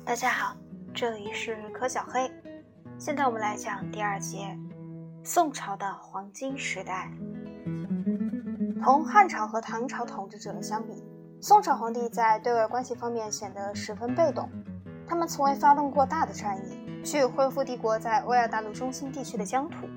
大家好，这里是柯小黑。现在我们来讲第二节，宋朝的黄金时代。同汉朝和唐朝统治者相比，宋朝皇帝在对外关系方面显得十分被动，他们从未发动过大的战役，去恢复帝国在欧亚大陆中心地区的疆土。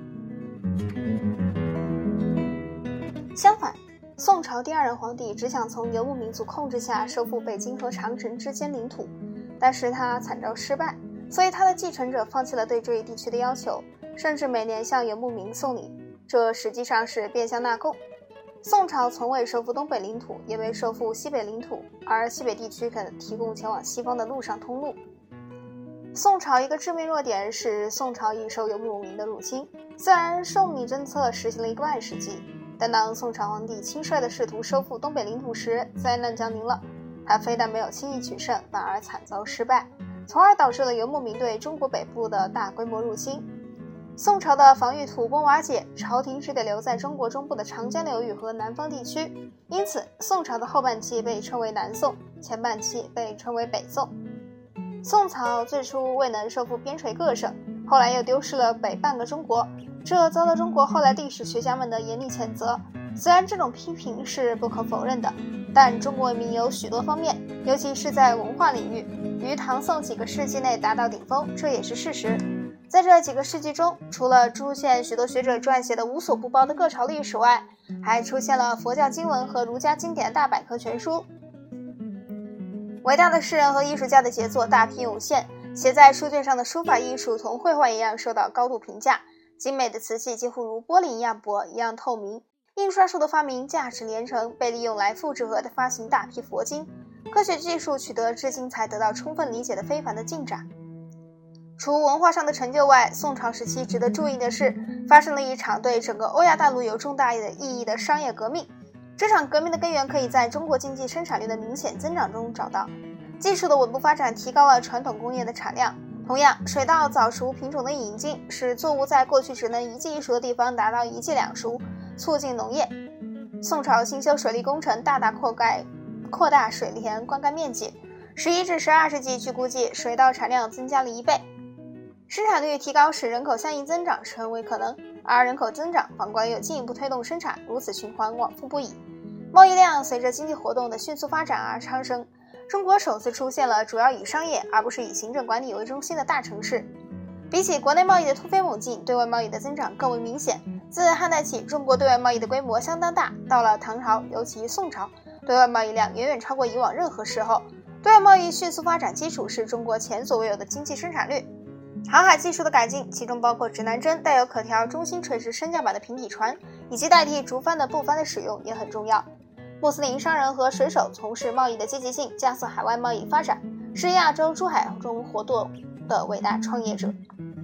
相反，宋朝第二任皇帝只想从游牧民族控制下收复北京和长城之间领土，但是他惨遭失败，所以他的继承者放弃了对这一地区的要求，甚至每年向游牧民送礼，这实际上是变相纳贡。宋朝从未收复东北领土，也未收复西北领土，而西北地区可提供前往西方的陆上通路。宋朝一个致命弱点是宋朝易受游牧民的入侵，虽然送礼政策实行了1个半世纪，但当宋朝皇帝轻率地试图收复东北领土时，灾难降临了。他非但没有轻易取胜，反而惨遭失败，从而导致了游牧民对中国北部的大规模入侵。宋朝的防御土崩瓦解，朝廷只得留在中国中部的长江流域和南方地区，因此宋朝的后半期被称为南宋，前半期被称为北宋。宋朝最初未能收复边陲各省，后来又丢失了北半个中国，这遭到中国后来历史学家们的严厉谴责。虽然这种批评是不可否认的，但中国文明有许多方面，尤其是在文化领域，于唐宋几个世纪内达到顶峰，这也是事实。在这几个世纪中，除了出现许多学者撰写的无所不包的各朝历史外，还出现了佛教经文和儒家经典大百科全书。伟大的诗人和艺术家的杰作大批涌现，写在书卷上的书法艺术同绘画一样受到高度评价，精美的瓷器几乎如玻璃一样薄，一样透明。印刷术的发明价值连城，被利用来复制和发行大批佛经，科学技术取得至今才得到充分理解的非凡的进展。除文化上的成就外，宋朝时期值得注意的是，发生了一场对整个欧亚大陆有重大的意义的商业革命。这场革命的根源可以在中国经济生产率的明显增长中找到。技术的稳步发展提高了传统工业的产量，同样，水稻早熟品种的引进使作物在过去只能1季1熟的地方达到1季2熟，促进农业。宋朝兴修水利工程，大大扩大水田灌溉面积，11至12世纪据估计水稻产量增加了1倍。生产率提高使人口相应增长成为可能，而人口增长反观又进一步推动生产，如此循环往复不已。贸易量随着经济活动的迅速发展而上升，中国首次出现了主要以商业而不是以行政管理为中心的大城市。比起国内贸易的突飞猛进，对外贸易的增长更为明显。自汉代起，中国对外贸易的规模相当大，到了唐朝，尤其宋朝，对外贸易量远远超过以往任何时候。对外贸易迅速发展基础是中国前所未有的经济生产率。航海技术的改进，其中包括指南针带有可调中心垂直升降板的平底船，以及代替竹帆的布帆的使用也很重要。穆斯林商人和水手从事贸易的积极性，加速海外贸易发展，是亚洲诸海中活动的伟大创业者。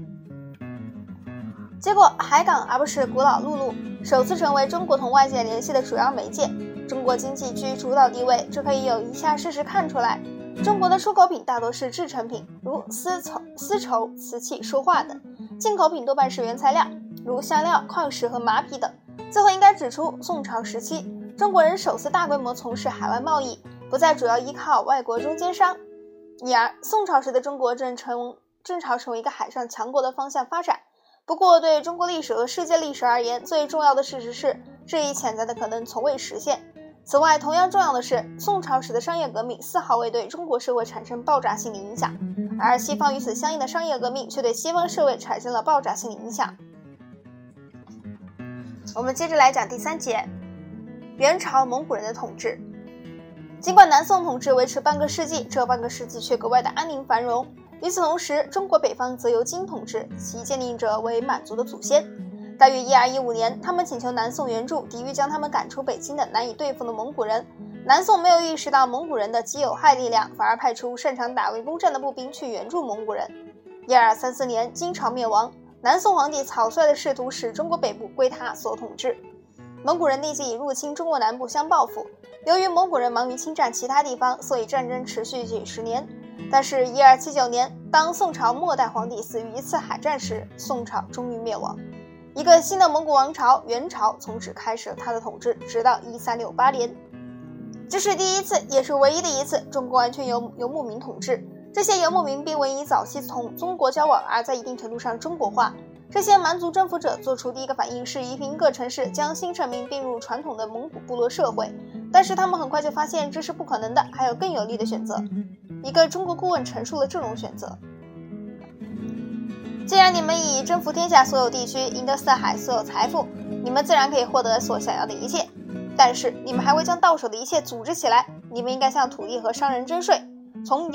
结果，海港而不是古老陆路，首次成为中国同外界联系的主要媒介。中国经济居主导地位，这可以有以下事实看出来：中国的出口品大多是制成品，如丝绸、瓷器、书画等；进口品多半是原材料，如香料、矿石和马匹等。最后应该指出，宋朝时期，中国人首次大规模从事海外贸易，不再主要依靠外国中间商，因而宋朝时的中国正朝成为一个海上强国的方向发展。不过，对中国历史和世界历史而言，最重要的事实是，这一潜在的可能从未实现。此外，同样重要的是，宋朝时的商业革命丝毫未对中国社会产生爆炸性的影响，而西方与此相应的商业革命却对西方社会产生了爆炸性的影响。我们接着来讲第3节，元朝蒙古人的统治。尽管南宋统治维持半个世纪，这半个世纪却格外的安宁繁荣。与此同时，中国北方则由金统治，其建立者为满族的祖先。大约1215年，他们请求南宋援助，抵御将他们赶出北京的难以对付的蒙古人。南宋没有意识到蒙古人的极有害力量，反而派出擅长打围攻战的步兵去援助蒙古人。1234年，金朝灭亡，南宋皇帝草率地试图使中国北部归他所统治。蒙古人立即以入侵中国南部相报复。由于蒙古人忙于侵占其他地方，所以战争持续几十年。但是1279年，当宋朝末代皇帝死于一次海战时，宋朝终于灭亡。一个新的蒙古王朝元朝从此开始了他的统治，直到1368年。这是第一次，也是唯一的一次中国完全由牧民统治。 这些游牧民并未因早期同中国交往而在一定程度上中国化。这些蛮族征服者做出第一个反应是夷平各城市，将新臣民并入传统的蒙古部落社会，但是他们很快就发现这是不可能的，还有更有利的选择。一个中国顾问陈述了这种选择：既然你们已征服天下所有地区，赢得四海所有财富，你们自然可以获得所想要的一切，但是你们还未将到手的一切组织起来。你们应该向土地和商人征税，从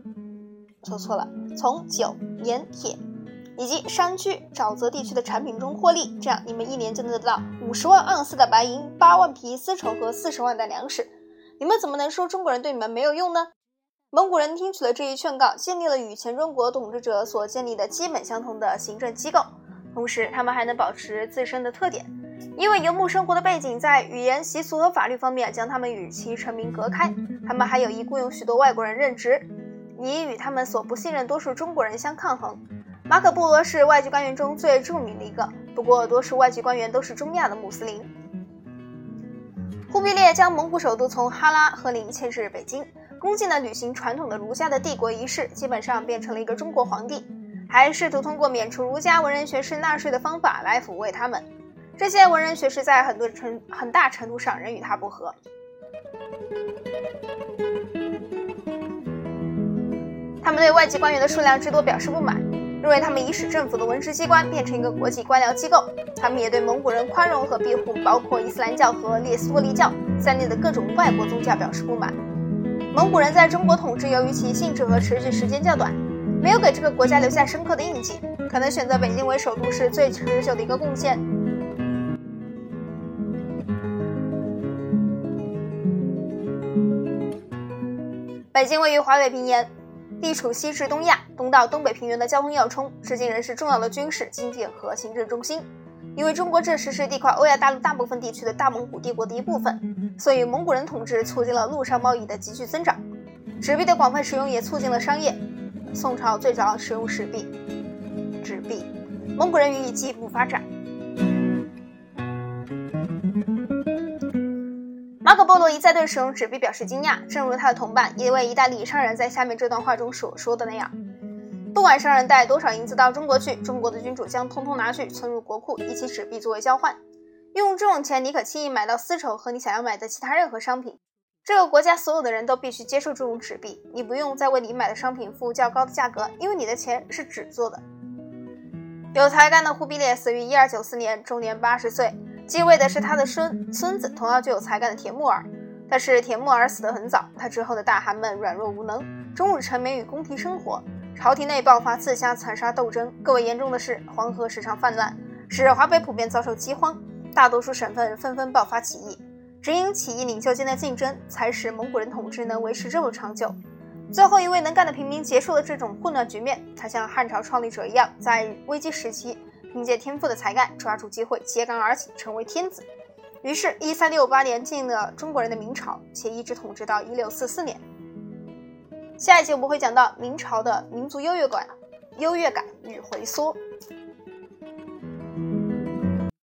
酒、盐、铁以及山区、沼泽地区的产品中获利，这样你们一年就能得到50万盎司的白银、8万匹丝绸和40万担粮食。你们怎么能说中国人对你们没有用呢？蒙古人听取了这一劝告，建立了与前中国统治者所建立的基本相同的行政机构，同时他们还能保持自身的特点，因为游牧生活的背景在语言、习俗和法律方面将他们与其臣民隔开。他们还有意雇佣许多外国人任职，以与他们所不信任多数中国人相抗衡。马可波罗是外籍官员中最著名的一个，不过多数外籍官员都是中亚的穆斯林。忽必烈将蒙古首都从哈拉和林迁至北京，恭敬地履行传统的儒家的帝国仪式，基本上变成了一个中国皇帝，还试图通过免除儒家文人学士纳税的方法来抚慰他们。这些文人学士在很大程度上仍与他不合。他们对外籍官员的数量之多表示不满，认为他们已使政府的文职机关变成一个国际官僚机构。他们也对蒙古人宽容和庇护包括伊斯兰教和列斯托利教在内的各种外国宗教表示不满。蒙古人在中国统治由于其性质和持续时间较短，没有给这个国家留下深刻的印记，可能选择北京为首都是最持久的一个贡献。北京位于华北平原，地处西至东亚，东到东北平原的交通要冲，至今仍是重要的军事、经济和行政中心。因为中国这时是地块欧亚大陆大部分地区的大蒙古帝国的一部分，所以蒙古人统治促进了陆上贸易的急剧增长，纸币的广泛使用也促进了商业。宋朝最早使用纸币，蒙古人予以进一步发展。马可波罗一再对使用纸币表示惊讶，正如他的同伴一位意大利商人在下面这段话中所说的那样：不管商人带多少银子到中国去，中国的君主将通通拿去存入国库，以其纸币作为交换。用这种钱，你可轻易买到丝绸和你想要买的其他任何商品。这个国家所有的人都必须接受这种纸币，你不用再为你买的商品付较高的价格，因为你的钱是纸做的。有才干的忽必烈死于1294年，终年80岁。继位的是他的孙子，同样具有才干的铁木儿。但是铁木儿死得很早，他之后的大汗们软弱无能，终日沉湎于宫廷生活，朝廷内爆发自相残杀斗争，更为严重的是黄河时常泛滥，使华北普遍遭受饥荒，大多数省份纷纷爆发起义。只因起义领袖间的竞争，才使蒙古人统治能维持这么长久。最后一位能干的平民结束了这种混乱局面，他像汉朝创立者一样，在危机时期凭借天赋的才干抓住机会，揭竿而起，成为天子。于是1368年进了中国人的明朝，且一直统治到1644年。下一集我们会讲到明朝的民族优越感与回缩。